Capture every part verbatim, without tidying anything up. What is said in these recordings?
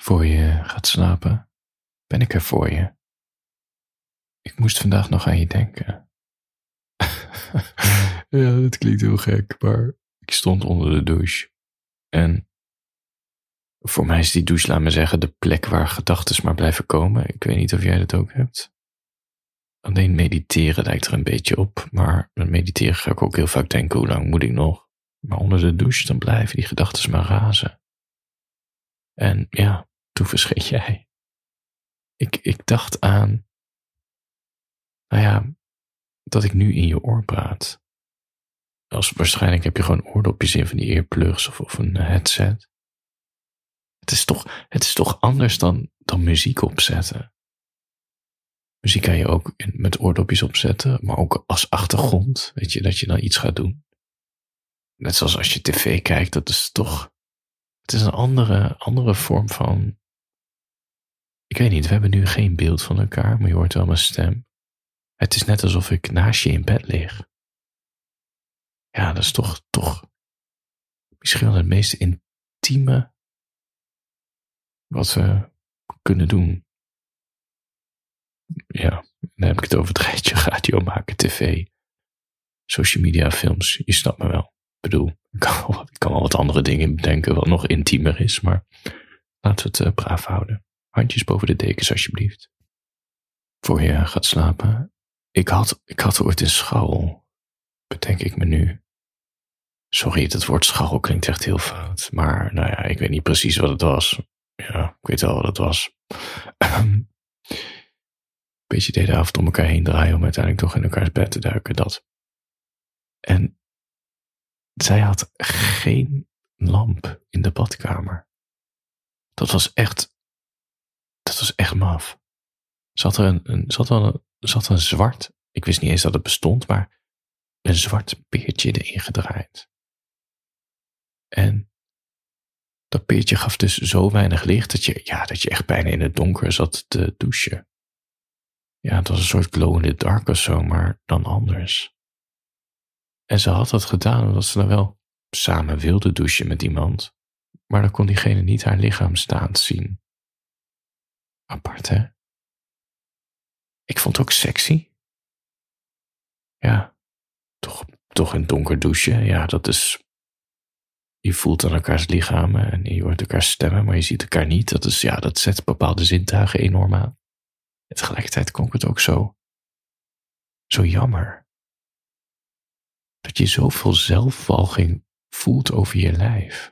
Voor je gaat slapen, ben ik er voor je. Ik moest vandaag nog aan je denken. Ja, dat klinkt heel gek, maar ik stond onder de douche. En voor mij is die douche, laat me zeggen, de plek waar gedachten maar blijven komen. Ik weet niet of jij dat ook hebt. Alleen mediteren lijkt er een beetje op, maar met mediteren ga ik ook heel vaak denken, hoe lang moet ik nog? Maar onder de douche, dan blijven die gedachten maar razen. En ja, toen verscheen jij. Ik, ik dacht aan, nou ja, dat ik nu in je oor praat. Als, waarschijnlijk heb je gewoon oordopjes in van die earplugs of, of een headset. Het is toch, het is toch anders dan, dan muziek opzetten. Muziek kan je ook in, met oordopjes opzetten, maar ook als achtergrond, weet je, dat je dan iets gaat doen. Net zoals als je tv kijkt, dat is toch, het is een andere, andere vorm van, ik weet niet, we hebben nu geen beeld van elkaar, maar je hoort wel mijn stem. Het is net alsof ik naast je in bed lig. Ja, dat is toch, toch misschien wel het meest intieme wat we kunnen doen. Ja, dan heb ik het over het rijtje radio maken, tv, social media, films. Je snapt me wel. Ik bedoel, ik kan wel, ik kan wel wat andere dingen bedenken wat nog intiemer is, maar laten we het uh, braaf houden. Handjes boven de dekens alsjeblieft. Voor je gaat slapen. Ik had, ik had ooit een scharrel, bedenk ik me nu. Sorry, dat woord scharrel klinkt echt heel fout, maar nou ja, ik weet niet precies wat het was. Ja, ik weet wel wat het was. Een beetje de hele avond om elkaar heen draaien om uiteindelijk toch in elkaars bed te duiken, dat. En zij had geen lamp in de badkamer. Dat was echt, dat was echt maf. Ze had er een, een, ze had wel een, ze had een zwart, ik wist niet eens dat het bestond, maar een zwart peertje erin gedraaid. En dat peertje gaf dus zo weinig licht dat je, ja, dat je echt bijna in het donker zat te douchen. Ja, het was een soort glow in the dark of zo, maar dan anders. En ze had dat gedaan omdat ze dan wel samen wilde douchen met iemand, maar dan kon diegene niet haar lichaam staand zien. Apart, hè? Ik vond het ook sexy. Ja, toch, toch een donker douchen, ja, dat is, je voelt aan elkaars lichamen en je hoort elkaar stemmen, maar je ziet elkaar niet. Dat is, ja, dat zet bepaalde zintuigen enorm aan. En tegelijkertijd klonk het ook zo, zo jammer. Dat je zoveel zelfwalging voelt over je lijf.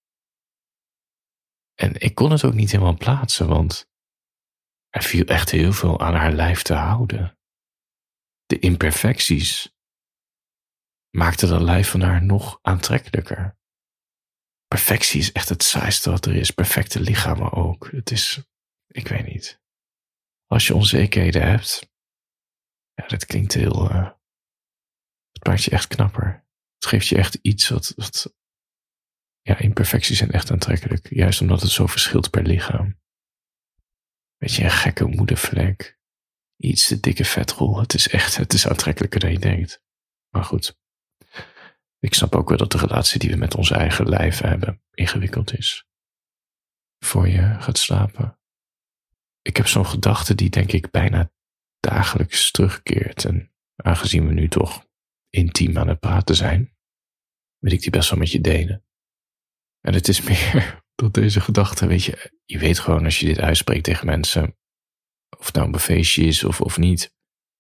En ik kon het ook niet helemaal plaatsen, want er viel echt heel veel aan haar lijf te houden. De imperfecties maakten dat lijf van haar nog aantrekkelijker. Perfectie is echt het saaiste wat er is. Perfecte lichamen ook. Het is, ik weet niet. Als je onzekerheden hebt, ja, dat klinkt heel, uh, het maakt je echt knapper. Het geeft je echt iets wat, wat, ja, imperfecties zijn echt aantrekkelijk. Juist omdat het zo verschilt per lichaam. Weet je, een gekke moedervlek. Iets te dikke vetrol. Het is echt, het is aantrekkelijker dan je denkt. Maar goed. Ik snap ook wel dat de relatie die we met onze eigen lijf hebben ingewikkeld is. Voor je gaat slapen. Ik heb zo'n gedachte die denk ik bijna dagelijks terugkeert. En aangezien we nu toch intiem aan het praten zijn, wil ik die best wel met je delen. En het is meer dat deze gedachte, weet je, je weet gewoon als je dit uitspreekt tegen mensen, of het nou een feestje is of, of niet,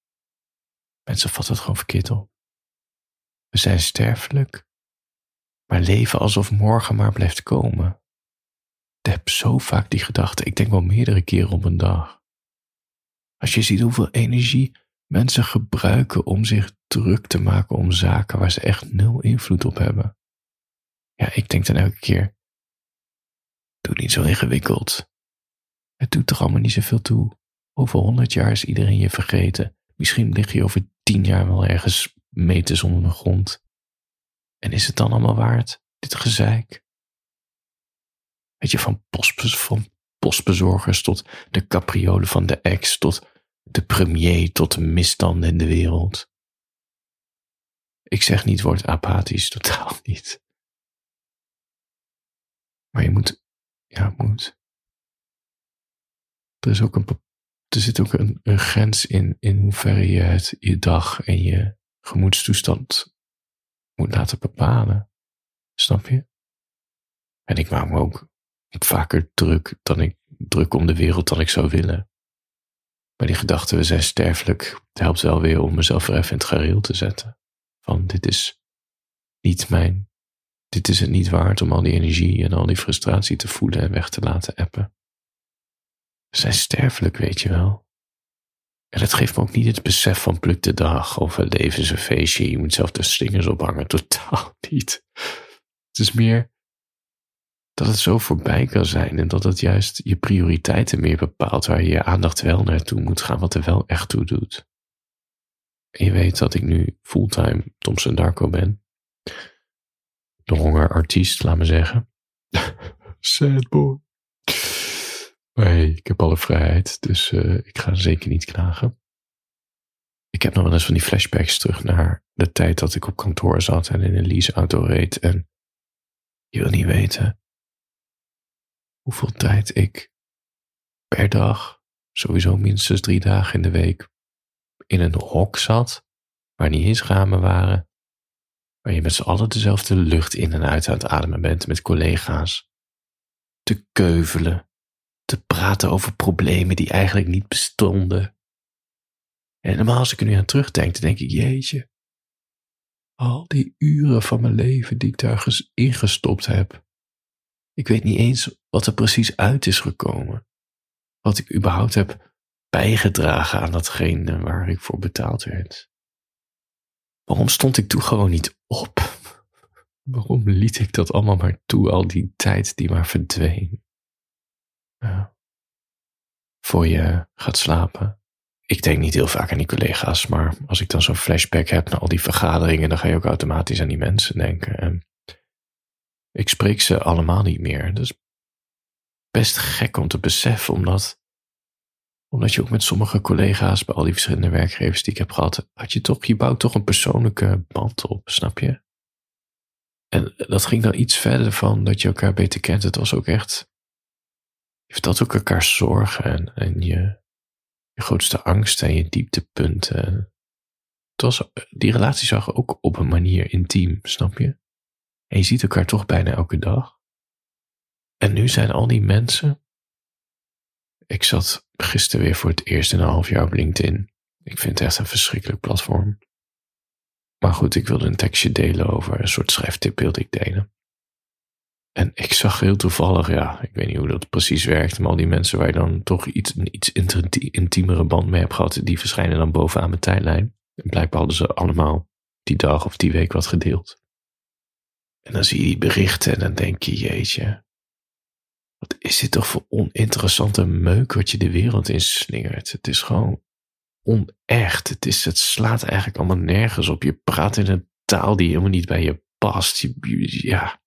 mensen vatten het gewoon verkeerd op. We zijn sterfelijk, maar leven alsof morgen maar blijft komen. Ik heb zo vaak die gedachte, ik denk wel meerdere keren op een dag. Als je ziet hoeveel energie mensen gebruiken om zich druk te maken om zaken waar ze echt nul invloed op hebben. Ja, ik denk dan elke keer, doe niet zo ingewikkeld. Het doet toch allemaal niet zoveel toe. Over honderd jaar is iedereen je vergeten. Misschien lig je over tien jaar wel ergens meters onder de grond. En is het dan allemaal waard, dit gezeik? Weet je, van, postbe- van postbezorgers tot de capriolen van de ex, tot de premier, tot de misstanden in de wereld. Ik zeg niet, word apathisch, totaal niet. Maar je moet, ja, moet. er is ook een, er zit ook een, een grens in, in hoeverre je het, je dag en je gemoedstoestand moet laten bepalen. Snap je? En ik maak me ook vaker druk dan ik druk om de wereld dan ik zou willen. Maar die gedachte, we zijn sterfelijk, het helpt wel weer om mezelf er even in het gareel te zetten. Van dit is niet mijn, dit is het niet waard om al die energie en al die frustratie te voelen en weg te laten appen. We zijn sterfelijk, weet je wel. En dat geeft me ook niet het besef van pluk de dag of het leven is een feestje, je moet zelf de slingers ophangen. Totaal niet. Het is meer dat het zo voorbij kan zijn en dat het juist je prioriteiten meer bepaalt waar je je aandacht wel naartoe moet gaan, wat er wel echt toe doet. En je weet dat ik nu fulltime Thompson Darko ben. De hongerartiest, laat me zeggen. Sad boy. Maar hey, ik heb alle vrijheid, dus uh, ik ga zeker niet klagen. Ik heb nog wel eens van die flashbacks terug naar de tijd dat ik op kantoor zat en in een leaseauto reed. En je wil niet weten hoeveel tijd ik per dag, sowieso minstens drie dagen in de week, in een hok zat, waar niet eens ramen waren, waar je met z'n allen dezelfde lucht in en uit aan het ademen bent met collega's, te keuvelen, te praten over problemen die eigenlijk niet bestonden. En normaal als ik er nu aan terugdenk, dan denk ik, jeetje, al die uren van mijn leven die ik daar ingestopt heb, ik weet niet eens wat er precies uit is gekomen. Wat ik überhaupt heb bijgedragen aan datgene waar ik voor betaald werd. Waarom stond ik toen gewoon niet op? Waarom liet ik dat allemaal maar toe, al die tijd die maar verdween? Ja. Voor je gaat slapen. Ik denk niet heel vaak aan die collega's, maar als ik dan zo'n flashback heb naar al die vergaderingen, dan ga je ook automatisch aan die mensen denken. En ik spreek ze allemaal niet meer. Dat is best gek om te beseffen, omdat, omdat je ook met sommige collega's bij al die verschillende werkgevers die ik heb gehad, had je toch, je bouwt toch een persoonlijke band op, snap je? En dat ging dan iets verder van dat je elkaar beter kent. Het was ook echt, je vertelt ook elkaar zorgen en, en je, je grootste angsten en je dieptepunten. Het was, die relatie zag ook op een manier intiem, snap je? En je ziet elkaar toch bijna elke dag. En nu zijn al die mensen. Ik zat gisteren weer voor het eerst in een half jaar op LinkedIn. Ik vind het echt een verschrikkelijk platform. Maar goed, ik wilde een tekstje delen over een soort schrijftip wilde ik delen. En ik zag heel toevallig, ja, ik weet niet hoe dat precies werkt, maar al die mensen waar je dan toch iets, een iets intiemere band mee hebt gehad, die verschijnen dan bovenaan mijn tijdlijn. En blijkbaar hadden ze allemaal die dag of die week wat gedeeld. En dan zie je die berichten en dan denk je, jeetje, wat is dit toch voor oninteressante meuk wat je de wereld in slingert. Het is gewoon onecht. Het, is, het slaat eigenlijk allemaal nergens op. Je praat in een taal die helemaal niet bij je past. Je, ja,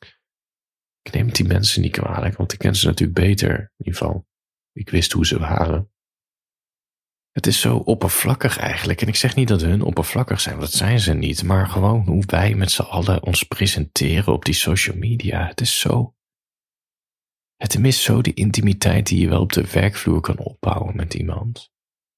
ik neem die mensen niet kwalijk, want ik ken ze natuurlijk beter. In ieder geval, ik wist hoe ze waren. Het is zo oppervlakkig eigenlijk. En ik zeg niet dat hun oppervlakkig zijn, want dat zijn ze niet. Maar gewoon hoe wij met z'n allen ons presenteren op die social media. Het is zo... Het mist zo de intimiteit die je wel op de werkvloer kan opbouwen met iemand.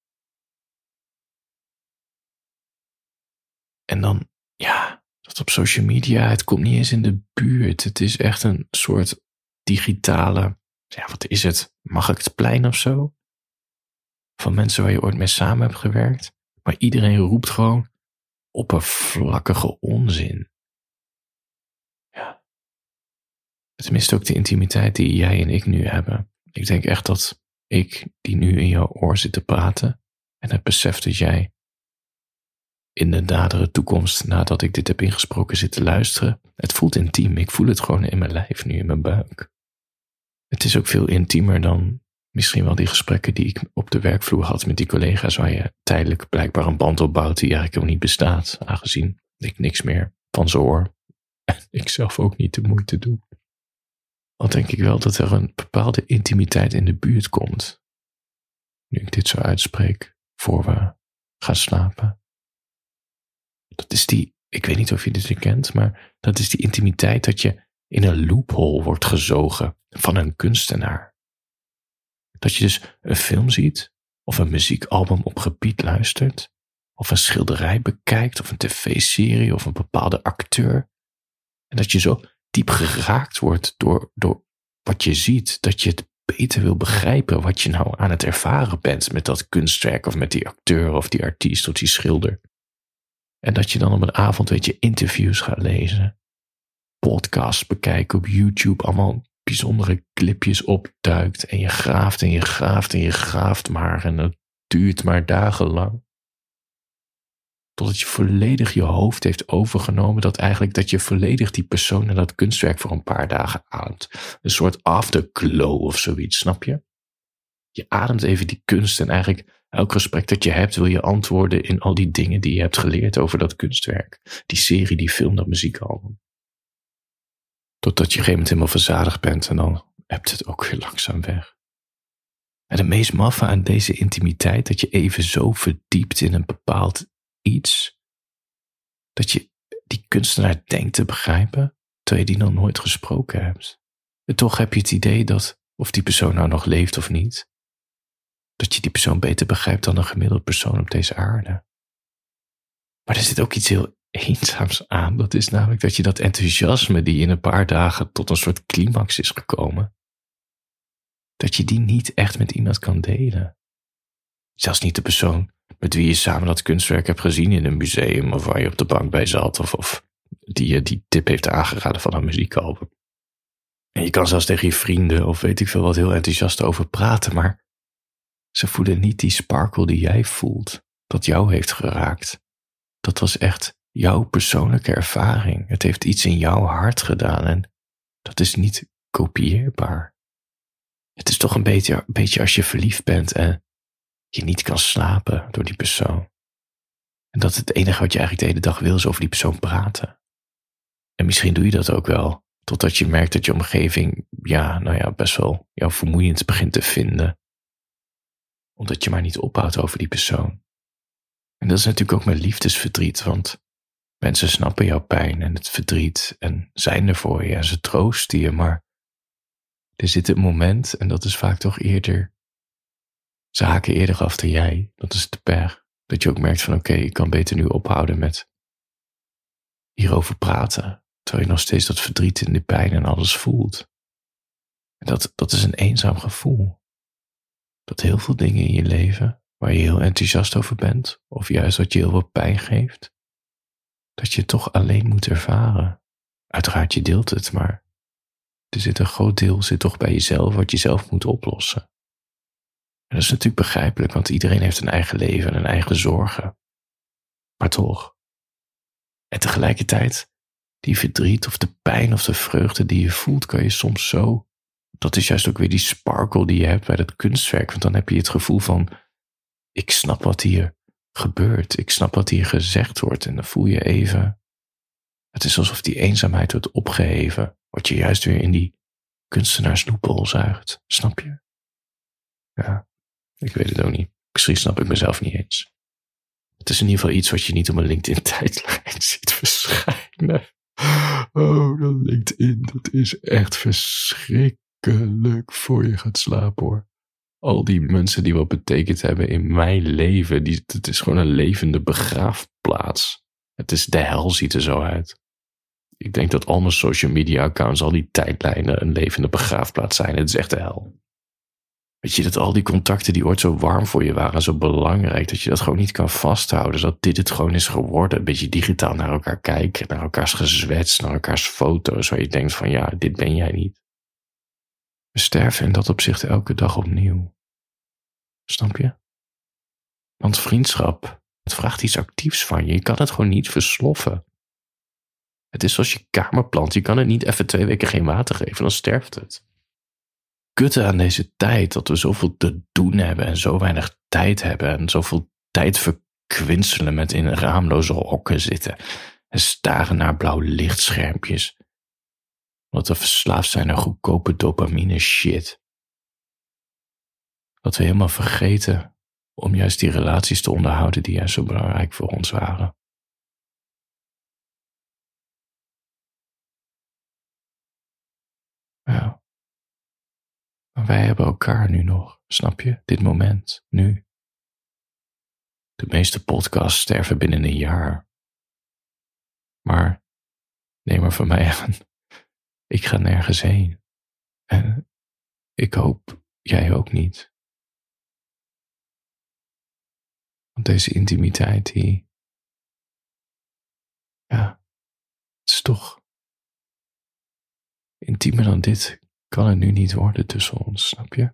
En dan, ja, dat op social media, het komt niet eens in de buurt. Het is echt een soort digitale, ja, wat is het? Mag ik het plein of zo? Van mensen waar je ooit mee samen hebt gewerkt. Maar iedereen roept gewoon oppervlakkige onzin. Ja. Het mist ook de intimiteit die jij en ik nu hebben. Ik denk echt dat ik, die nu in jouw oor zit te praten, en het besef dat jij in de nadere toekomst, nadat ik dit heb ingesproken, zit te luisteren, het voelt intiem. Ik voel het gewoon in mijn lijf nu, in mijn buik. Het is ook veel intiemer dan misschien wel die gesprekken die ik op de werkvloer had met die collega's, waar je tijdelijk blijkbaar een band opbouwt die eigenlijk helemaal niet bestaat, aangezien ik niks meer van ze hoor. En ik zelf ook niet de moeite doe. Al denk ik wel dat er een bepaalde intimiteit in de buurt komt, nu ik dit zo uitspreek, voor we gaan slapen. Dat is die, ik weet niet of je dit herkent, maar dat is die intimiteit dat je in een loophole wordt gezogen van een kunstenaar. Dat je dus een film ziet, of een muziekalbum op repeat luistert, of een schilderij bekijkt, of een tv-serie, of een bepaalde acteur. En dat je zo diep geraakt wordt door, door wat je ziet, dat je het beter wil begrijpen wat je nou aan het ervaren bent met dat kunstwerk, of met die acteur, of die artiest, of die schilder. En dat je dan op een avond, weet je, interviews gaat lezen, podcasts bekijken op YouTube, allemaal bijzondere clipjes opduikt. En je graaft en je graaft en je graaft maar. En het duurt maar dagenlang. Totdat je volledig je hoofd heeft overgenomen. Dat eigenlijk dat je volledig die persoon en dat kunstwerk voor een paar dagen ademt. Een soort afterglow of zoiets, snap je? Je ademt even die kunst en eigenlijk elk gesprek dat je hebt wil je antwoorden in al die dingen die je hebt geleerd over dat kunstwerk. Die serie, die film, dat muziekalbum. Totdat je op een gegeven moment helemaal verzadigd bent en dan hebt het ook weer langzaam weg. En het meest maffe aan deze intimiteit, dat je even zo verdiept in een bepaald iets, dat je die kunstenaar denkt te begrijpen, terwijl je die nog nooit gesproken hebt. En toch heb je het idee dat, of die persoon nou nog leeft of niet, dat je die persoon beter begrijpt dan een gemiddeld persoon op deze aarde. Maar er zit ook iets heel eenzaams aan. Dat is namelijk dat je dat enthousiasme die in een paar dagen tot een soort climax is gekomen, dat je die niet echt met iemand kan delen. Zelfs niet de persoon met wie je samen dat kunstwerk hebt gezien in een museum, of waar je op de bank bij zat, of, of die je die tip heeft aangeraden van een muziekalbum. En je kan zelfs tegen je vrienden of weet ik veel wat heel enthousiast over praten, maar ze voelen niet die sparkle die jij voelt, dat jou heeft geraakt. Dat was echt jouw persoonlijke ervaring. Het heeft iets in jouw hart gedaan en dat is niet kopieerbaar. Het is toch een beetje, een beetje als je verliefd bent en je niet kan slapen door die persoon. En dat het enige wat je eigenlijk de hele dag wil is over die persoon praten. En misschien doe je dat ook wel, totdat je merkt dat je omgeving, ja, nou ja, best wel jou vermoeiend begint te vinden. Omdat je maar niet ophoudt over die persoon. En dat is natuurlijk ook met liefdesverdriet, want mensen snappen jouw pijn en het verdriet en zijn er voor je en ze troosten je, maar er zit een moment, en dat is vaak toch eerder, ze haken eerder af dan jij, dat is de pech, dat je ook merkt van oké, okay, ik kan beter nu ophouden met hierover praten, terwijl je nog steeds dat verdriet en die pijn en alles voelt. En dat, dat is een eenzaam gevoel. Dat heel veel dingen in je leven, waar je heel enthousiast over bent, of juist wat je heel veel pijn geeft, dat je het toch alleen moet ervaren. Uiteraard, je deelt het, maar er zit een groot deel zit toch bij jezelf, wat je zelf moet oplossen. En dat is natuurlijk begrijpelijk, want iedereen heeft een eigen leven en een eigen zorgen. Maar toch. En tegelijkertijd, die verdriet of de pijn of de vreugde die je voelt, kan je soms zo, dat is juist ook weer die sparkle die je hebt bij dat kunstwerk, want dan heb je het gevoel van, ik snap wat hier gebeurt, ik snap wat hier gezegd wordt, en dan voel je even, het is alsof die eenzaamheid wordt opgeheven, wat je juist weer in die kunstenaarsloepel zuigt, snap je? Ja, ik weet het ook niet. Misschien snap ik mezelf niet eens. Het is in ieder geval iets wat je niet op mijn LinkedIn-tijdlijn ziet verschijnen. Oh, dat LinkedIn, dat is echt verschrikkelijk voor je gaat slapen, hoor. Al die mensen die wat betekend hebben in mijn leven, die, het is gewoon een levende begraafplaats. Het is, de hel ziet er zo uit. Ik denk dat al mijn social media accounts, al die tijdlijnen een levende begraafplaats zijn. Het is echt de hel. Weet je, dat al die contacten die ooit zo warm voor je waren, zo belangrijk, dat je dat gewoon niet kan vasthouden. Dat dit het gewoon is geworden. Een beetje digitaal naar elkaar kijken, naar elkaars gezwets, naar elkaars foto's, waar je denkt van ja, dit ben jij niet. We sterven in dat opzicht elke dag opnieuw. Snap je? Want vriendschap, het vraagt iets actiefs van je. Je kan het gewoon niet versloffen. Het is zoals je kamerplant. Je kan het niet even twee weken geen water geven, dan sterft het. Kutte aan deze tijd, dat we zoveel te doen hebben en zo weinig tijd hebben en zoveel tijd verkwinselen met in raamloze hokken zitten en staren naar blauw lichtschermpjes. Omdat we verslaafd zijn aan goedkope dopamine shit. Dat we helemaal vergeten om juist die relaties te onderhouden die juist zo belangrijk voor ons waren. Ja. Maar wij hebben elkaar nu nog, snap je? Dit moment, nu. De meeste podcasts sterven binnen een jaar. Maar neem maar van mij aan, ik ga nergens heen. En ik hoop jij ook niet. Want deze intimiteit, die... Ja, het is toch... Intiemer dan dit kan het nu niet worden tussen ons, snap je?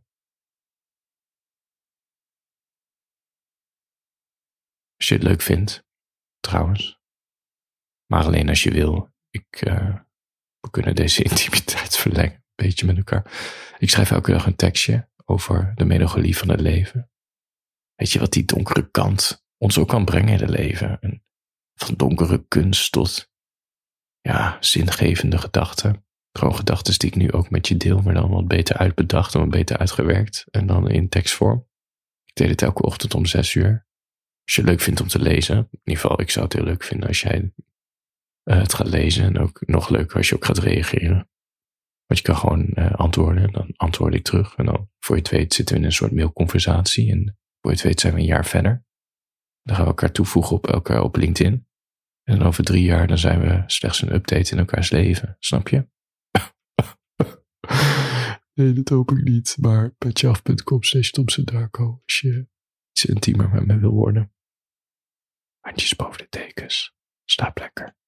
Als je het leuk vindt, trouwens. Maar alleen als je wil. Ik, uh, we kunnen deze intimiteit verlengen, een beetje met elkaar. Ik schrijf elke dag een tekstje over de melancholie van het leven. Weet je wat die donkere kant ons ook kan brengen in het leven? En van donkere kunst tot, ja, zingevende gedachten. Gewoon gedachten die ik nu ook met je deel, maar dan wat beter uitbedacht en wat beter uitgewerkt. En dan in tekstvorm. Ik deel het elke ochtend om zes uur. Als je het leuk vindt om te lezen. In ieder geval, ik zou het heel leuk vinden als jij uh, het gaat lezen. En ook nog leuker als je ook gaat reageren. Want je kan gewoon uh, antwoorden. Dan antwoord ik terug. En dan, voor je het weet, zitten we in een soort mailconversatie. En voor je het weet zijn we een jaar verder. Dan gaan we elkaar toevoegen op elkaar op LinkedIn. En dan over drie jaar dan zijn we slechts een update in elkaars leven. Snap je? Nee, dat hoop ik niet. Maar petjeaf punt com slash Thomson Darko als je iets intiemer met me wil worden. Handjes boven de tekens. Slaap lekker.